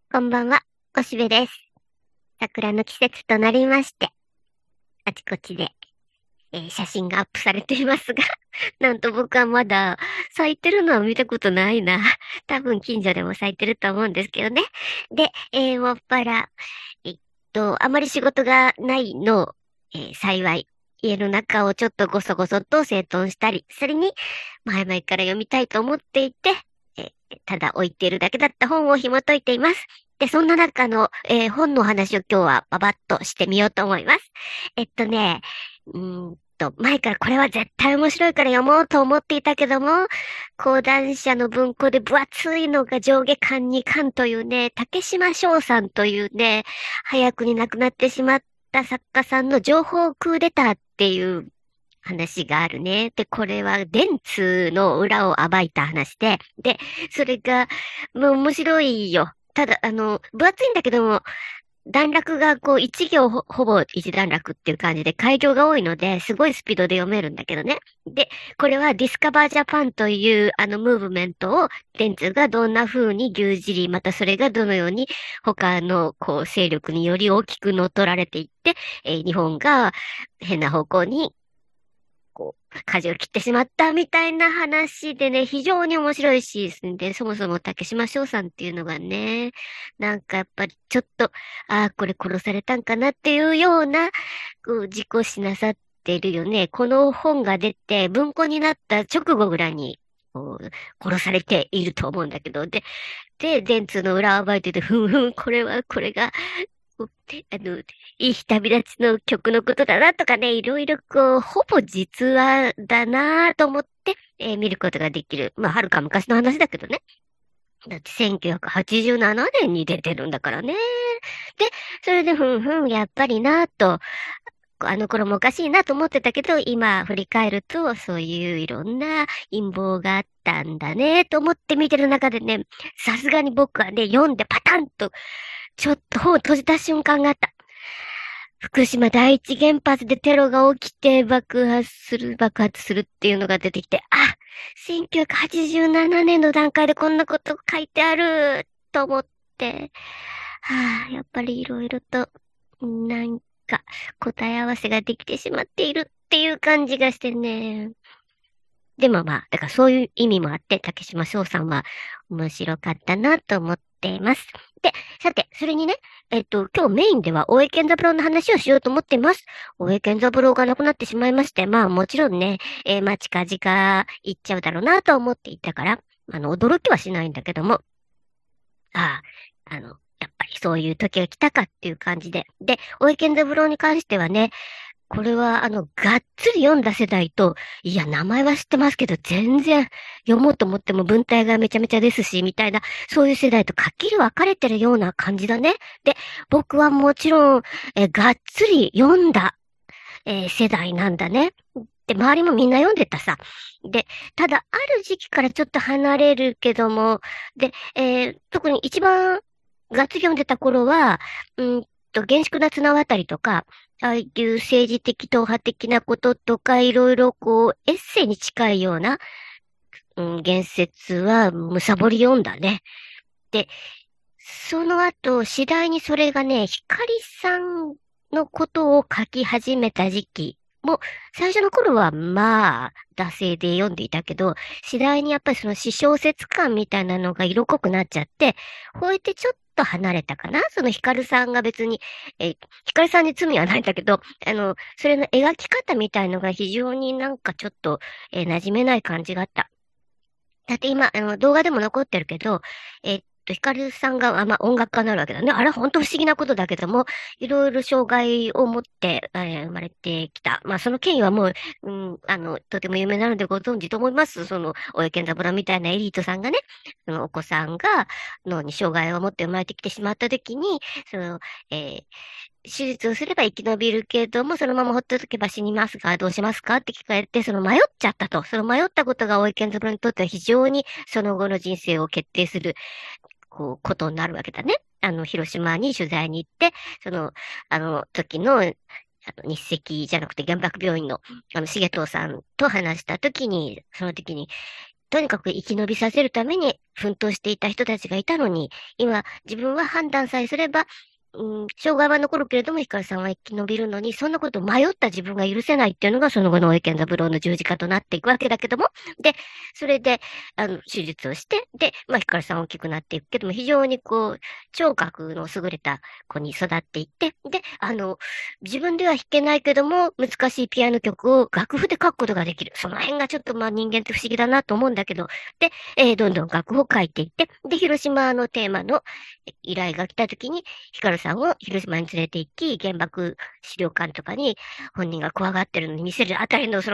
こんばんは、おしべです。桜の季節となりまして、あちこちで、写真がアップされていますが、なんと僕はまだ咲いてるのは見たことないな。多分近所でも咲いてると思うんですけどね。で、もっぱら、えっあまり仕事がないの、幸い、家の中をちょっとごそごそと整頓したり、それに、前々から読みたいと思っていて、ただ置いているだけだった本を紐解いています。で、そんな中の、本のお話を今日はババッとしてみようと思います。前からこれは絶対面白いから読もうと思っていたけども、講談社の文庫で分厚いのが上下巻に巻というね、竹島翔さんというね、早くに亡くなってしまった作家さんの情報クーデターっていう話があるね。で、これは電通の裏を暴いた話で、それが、もう面白いよ。ただ、分厚いんだけども、段落がこう一行ほぼ一段落っていう感じで改行が多いので、すごいスピードで読めるんだけどね。で、これはディスカバージャパンというムーブメントを電通がどんな風に牛耳り、またそれがどのように他のこう勢力により大きく乗っ取られていって、日本が変な方向に舵を切ってしまったみたいな話でね、非常に面白いしですね。そもそも竹島翔さんっていうのがね、なんかやっぱりちょっと、ああ、これ殺されたんかなっていうような、事故しなさってるよね。この本が出て文庫になった直後ぐらいに、殺されていると思うんだけど、で、電通の裏を暴いてて、ふんふん、これが、こういい日旅立ちの曲のことだなとかね、いろいろほぼ実話だなと思って、見ることができる。まあ、はるか昔の話だけどね。だって1987年に出てるんだからね。で、それでふんふん、やっぱりなと、あの頃もおかしいなと思ってたけど、今振り返ると、そういういろんな陰謀があったんだね、と思って見てる中でね、さすがに僕はね、読んでパタンと、ちょっと本を閉じた瞬間があった。福島第一原発でテロが起きて爆発するっていうのが出てきて、あ、1987年の段階でこんなこと書いてあると思って、やっぱりいろいろと、なんか答え合わせができてしまっているっていう感じがしてね。でもまあ、だからそういう意味もあって、竹島翔さんは面白かったなと思っています。で、さて、それにね、今日メインでは大江健三郎の話をしようと思っています。大江健三郎が亡くなってしまいまして、まあもちろんね、まあ近々行っちゃうだろうなと思っていたから、驚きはしないんだけども、やっぱりそういう時が来たかっていう感じで。で、大江健三郎に関してはね、これは、がっつり読んだ世代と、いや、名前は知ってますけど、全然読もうと思っても文体がめちゃめちゃですし、みたいな、そういう世代とかっきり分かれてるような感じだね。で、僕はもちろん、がっつり読んだ、世代なんだね。で、周りもみんな読んでたさ。で、ただ、ある時期からちょっと離れるけども、で、特に一番がっつり読んでた頃は、厳粛な綱渡りとか、ああいう政治的党派的なこととか、いろいろエッセイに近いような、言説は、むさぼり読んだね。で、その後、次第にそれがね、光さんのことを書き始めた時期も、最初の頃はまあ、惰性で読んでいたけど、次第にやっぱりその詩小説感みたいなのが色濃くなっちゃって、こうやってちょっと離れたかな。その光さんが別に、光さんに罪はないんだけど、それの描き方みたいのが非常になんかちょっと、馴染めない感じがあった。だって今、動画でも残ってるけど、ヒカルさんが、まあ、音楽家になるわけだね。あれは本当不思議なことだけども、いろいろ障害を持って、生まれてきた。まあ、その経緯はもう、とても有名なのでご存知と思います。その、大江健三郎みたいなエリートさんがね、そのお子さんが、脳に障害を持って生まれてきてしまったときに、その、えー手術をすれば生き延びるけども、そのままほっとけば死にますかどうしますかって聞かれて、その迷っちゃったと。その迷ったことが大井健三郎にとっては非常にその後の人生を決定する、ことになるわけだね。広島に取材に行って、その、時の、日赤じゃなくて原爆病院の、重藤さんと話した時に、その時に、 とにかく生き延びさせるために奮闘していた人たちがいたのに、今、自分は判断さえすれば、障害は残るけれども、ヒカルさんは生き延びるのに、そんなこと迷った自分が許せないっていうのが、その後の大江健三郎の十字架となっていくわけだけども、で、それで、手術をして、で、ヒカルさんは大きくなっていくけども、非常に聴覚の優れた子に育っていって、で、自分では弾けないけども、難しいピアノ曲を楽譜で書くことができる。その辺がちょっと人間って不思議だなと思うんだけど、で、どんどん楽譜を書いていって、で、広島のテーマの依頼が来た時に、ヒカルさんを広島に連れて行き、原爆資料館とかに本人が怖がってるのに見せるあたりの、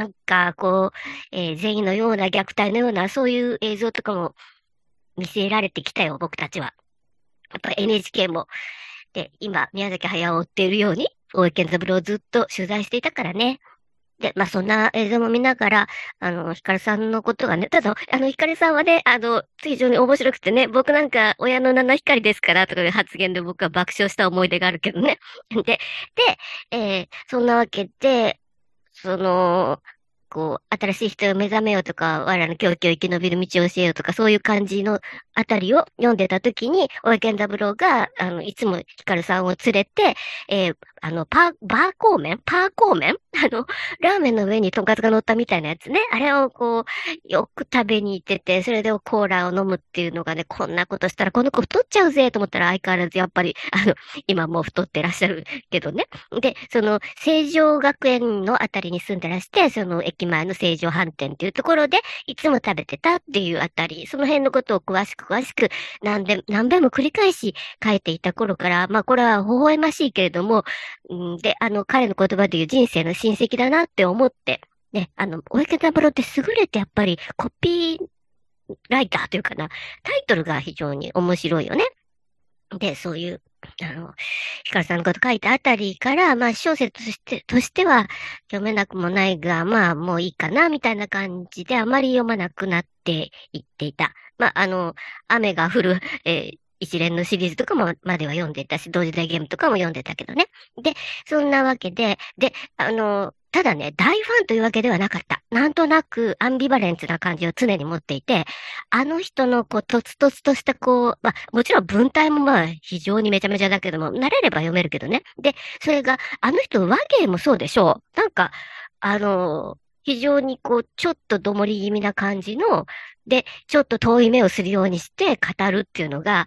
善意のような虐待のような、そういう映像とかも見せられてきたよ、僕たちは。やっぱ NHK も。で、今、宮崎駿を追っているように、大江健三郎をずっと取材していたからね。で、そんな映像も見ながら、ヒカルさんのことがね、ただ、ヒカルさんはね、非常に面白くてね、僕なんか、親の七光ですからとかいう発言で僕は爆笑した思い出があるけどね。そんなわけで、新しい人を目覚めようとか、我らの狂気を生き延びる道を教えようとか、そういう感じのあたりを読んでた時に、大江健三郎が、いつもヒカルさんを連れて、パーコーメンラーメンの上にとんかつが乗ったみたいなやつね。あれをよく食べに行ってて、それでコーラを飲むっていうのがね、こんなことしたらこの子太っちゃうぜと思ったら相変わらずやっぱり、今もう太ってらっしゃるけどね。で、成城学園のあたりに住んでらして、その駅前の成城飯店っていうところで、いつも食べてたっていうあたり、その辺のことを詳しく何べんも繰り返し書いていた頃から、これは微笑ましいけれども、で、彼の言葉で言う人生の親戚だなって思って、ね、大江健三郎って優れてやっぱりコピーライターというかな、タイトルが非常に面白いよね。で、そういう、ヒカルさんのこと書いたあたりから、小説としては読めなくもないが、もういいかな、みたいな感じであまり読まなくなっていっていた。雨が降る、一連のシリーズとかもまでは読んでたし、同時代ゲームとかも読んでたけどね。で、そんなわけで、ただね、大ファンというわけではなかった。なんとなくアンビバレンスな感じを常に持っていて、あの人のとつとつとしたもちろん文体も非常にめちゃめちゃだけども、慣れれば読めるけどね。で、それが、あの人和芸もそうでしょう。なんか、非常にちょっとどもり気味な感じの、で、ちょっと遠い目をするようにして語るっていうのが、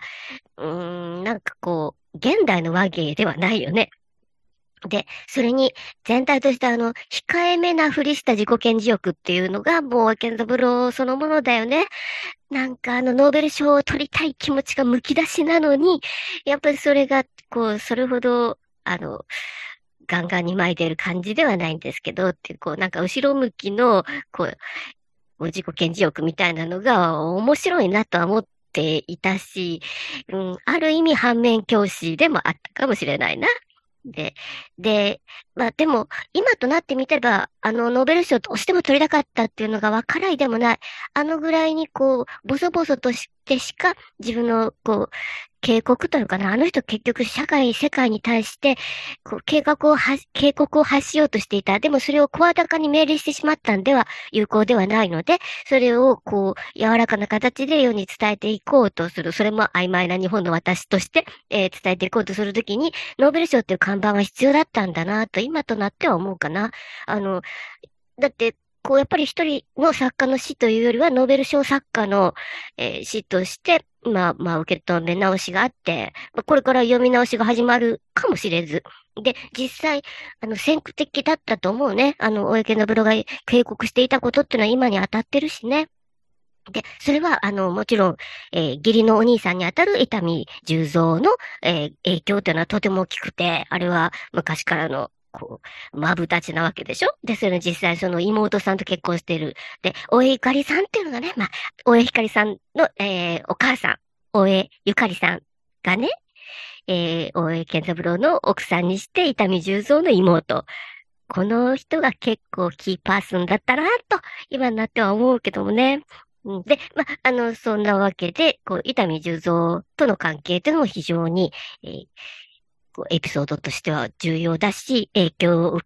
現代の和芸ではないよね。で、それに、全体として控えめなふりした自己顕示欲っていうのが、もう、健三郎そのものだよね。ノーベル賞を取りたい気持ちがむき出しなのに、やっぱりそれが、それほど、ガンガンに巻いてる感じではないんですけど、っていう、後ろ向きの、自己顕示欲みたいなのが面白いなとは思っていたし、ある意味反面教師でもあったかもしれないな。で、でも、今となってみれば、ノーベル賞どうしても取りたかったっていうのがわからいでもない。あのぐらいにボソボソとしてしか、自分の、警告というかな、あの人結局世界に対して、警告を発しようとしていた。でもそれを声高に命令してしまったんでは有効ではないので、それを柔らかな形で世に伝えていこうとする。それも曖昧な日本の私として、伝えていこうとするときに、ノーベル賞っていう看板は必要だったんだなと、今となっては思うかな。だって、やっぱり一人の作家の死というよりは、ノーベル賞作家の、死として、受け止め直しがあって、これから読み直しが始まるかもしれず。で、実際、先駆的だったと思うね。大江健三郎が警告していたことっていうのは今に当たってるしね。で、それは、もちろん、義理のお兄さんにあたる伊丹十三の、影響というのはとても大きくて、あれは昔からの、マブたちなわけでしょ。で、それ実際その妹さんと結婚している。で、大江ゆかりさんっていうのがね、大江ひかりさんの、お母さん、大江ゆかりさんがね、大江健三郎の奥さんにして、伊丹十三の妹。この人が結構キーパーソンだったな、と、今になっては思うけどもね。で、そんなわけで、伊丹十三との関係というのも非常に、エピソードとしては重要だし、影響を受け合っ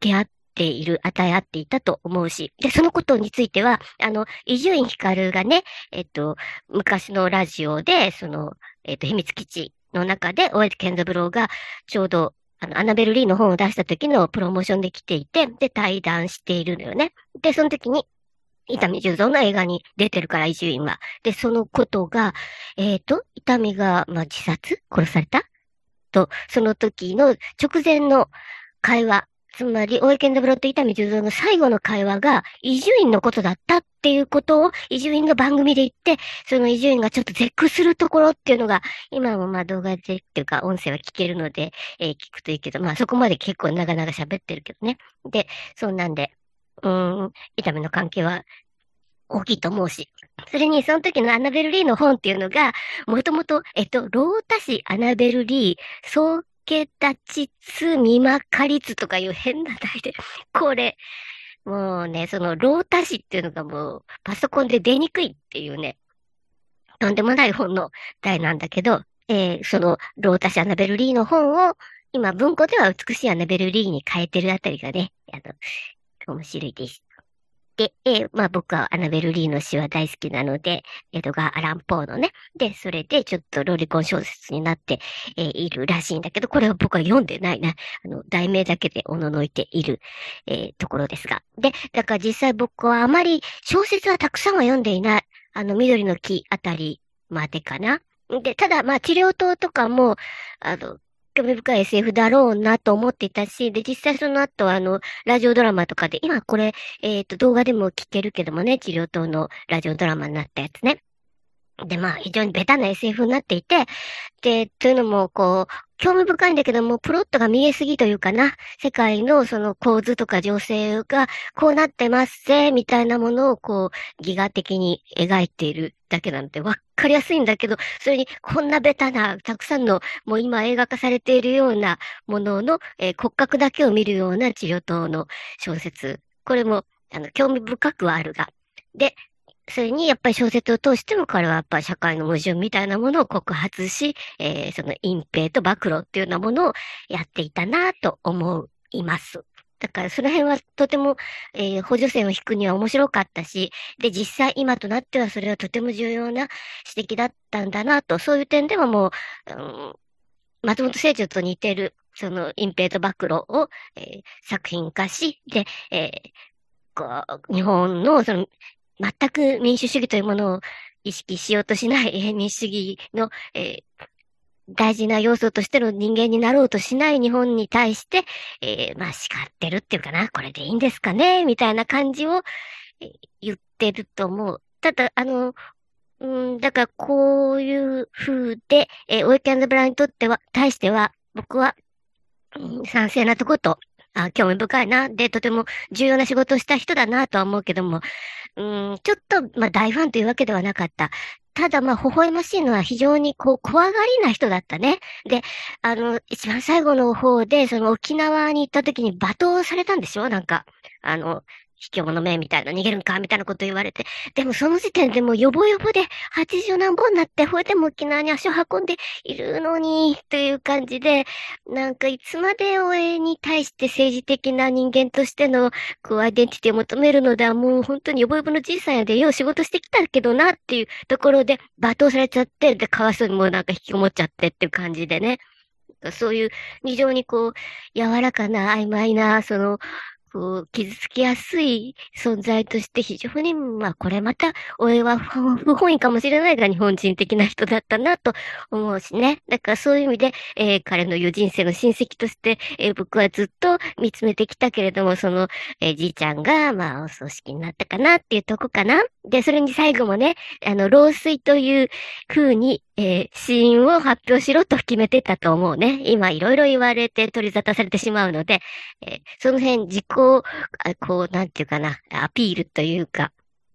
ている、与え合っていたと思うし。で、そのことについては、伊集院光がね、昔のラジオで、秘密基地の中で、大江健三郎が、ちょうど、アナベル・リーの本を出した時のプロモーションで来ていて、で、対談しているのよね。で、その時に、伊丹十三の映画に出てるから、伊集院は。で、そのことが、伊丹が、自殺されたと、その時の直前の会話、つまり、大江健三郎と伊丹十三の最後の会話が、伊集院のことだったっていうことを、伊集院の番組で言って、その伊集院がちょっと絶句するところっていうのが、今も動画でっていうか、音声は聞けるので、聞くといいけど、そこまで結構長々喋ってるけどね。で、そんなんで、伊丹の関係は大きいと思うし。それに、その時のアナベル・リーの本っていうのが、もともと、ロータ氏アナベル・リー、総家立ちつ見まかりつとかいう変な題で、これ、もうね、そのロータ氏っていうのがもう、パソコンで出にくいっていうね、とんでもない本の題なんだけど、そのロータ氏アナベル・リーの本を、今文庫では美しいアナベル・リーに変えてるあたりがね、面白いです。で、僕はアナベル・リーの詩は大好きなので、エドガー・アラン・ポーのね。で、それでちょっとロリコン小説になって、いるらしいんだけど、これは僕は読んでないな。題名だけでおののいている、ところですが。で、だから実際僕はあまり小説はたくさんは読んでいない。緑の木あたりまでかな。で、ただ、治療棟とかも、興味深い SF だろうなと思っていたし、で、実際その後ラジオドラマとかで、今これ、動画でも聞けるけどもね、治療棟のラジオドラマになったやつね。で、非常にベタな SF になっていて、で、というのも、興味深いんだけども、プロットが見えすぎというかな、世界のその構図とか情勢がこうなってますぜ、みたいなものをギガ的に描いているだけなので、わかりやすいんだけど、それにこんなベタな、たくさんの、もう今映画化されているようなものの、骨格だけを見るような治療棟の小説。これも、興味深くはあるが。で、それにやっぱり小説を通しても彼はやっぱり社会の矛盾みたいなものを告発し、その隠蔽と暴露っていうようなものをやっていたなと思います。だからその辺はとても、補助線を引くには面白かったし、で、実際今となってはそれはとても重要な指摘だったんだなと、そういう点ではもう、松本清張と似てる、その隠蔽と暴露を、作品化し、で、日本のその全く民主主義というものを意識しようとしない、民主主義の、大事な要素としての人間になろうとしない日本に対して、叱ってるっていうかな、これでいいんですかねみたいな感じを、言ってると思う。ただ、だからこういう風で、オイキャンドブラにとっては、対しては、僕は、賛成なとこと、興味深いな。で、とても重要な仕事をした人だなとは思うけども、ちょっと、大ファンというわけではなかった。ただ、微笑ましいのは非常に怖がりな人だったね。で、一番最後の方で、その沖縄に行った時に罵倒されたんでしょなんか、卑怯者めみたいな、逃げるんかみたいなこと言われて。でもその時点でもうヨボヨボで80何本になって、ほいでも沖縄に足を運んでいるのに、という感じで、なんかいつまで俺に対して政治的な人間としての、アイデンティティを求めるのでは、もう本当にヨボヨボのじいさんやで、よう仕事してきたけどなっていうところで罵倒されちゃって、で、かわいそうにもうなんか引きこもっちゃってっていう感じでね。そういう非常に柔らかな曖昧な、傷つきやすい存在として非常に、これまた、俺は不本意かもしれないが日本人的な人だったなと思うしね。だからそういう意味で、彼のいう人生の親戚として、僕はずっと見つめてきたけれども、じいちゃんが、お葬式になったかなっていうとこかな。で、それに最後もね、老衰という風に、死因を発表しろと決めてたと思うね。今いろいろ言われて取り沙汰されてしまうので、その辺自己、なんていうかな、アピールというか、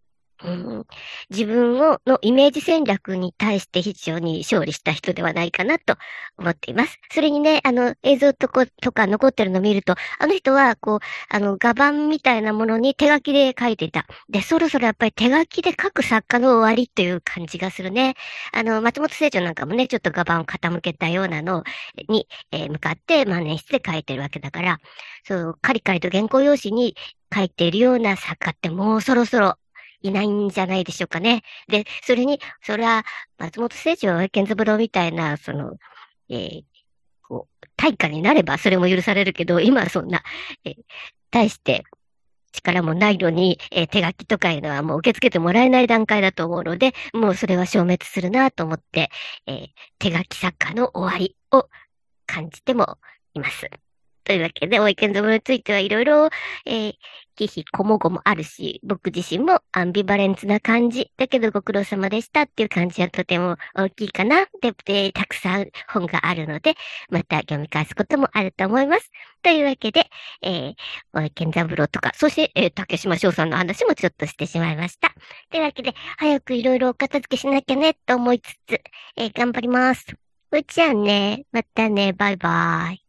うん、自分のイメージ戦略に対して非常に勝利した人ではないかなと思っています。それにね、映像とか残ってるのを見ると、あの人は、画板みたいなものに手書きで書いていた。で、そろそろやっぱり手書きで書く作家の終わりっていう感じがするね。松本清張なんかもね、ちょっと画板を傾けたようなのに、向かって、万年筆で書いてるわけだから、そう、カリカリと原稿用紙に書いているような作家ってもうそろそろいないんじゃないでしょうかね。で、それに、それは、松本清張は健三郎みたいな、えー対価になればそれも許されるけど、今はそんな、対して力もないのに、手書きとかいうのはもう受け付けてもらえない段階だと思うので、もうそれは消滅するなと思って、手書き作家の終わりを感じてもいます。というわけで、大井健三郎についてはいろいろ、忌避、こもごもあるし、僕自身もアンビバレンスな感じ。だけどご苦労様でしたっていう感じはとても大きいかな。で、たくさん本があるので、また読み返すこともあると思います。というわけで、大井健三郎とか、そして、竹島翔さんの話もちょっとしてしまいました。というわけで、早くいろいろお片付けしなきゃね、と思いつつ、頑張ります。うちゃんね、またね、バイバイ。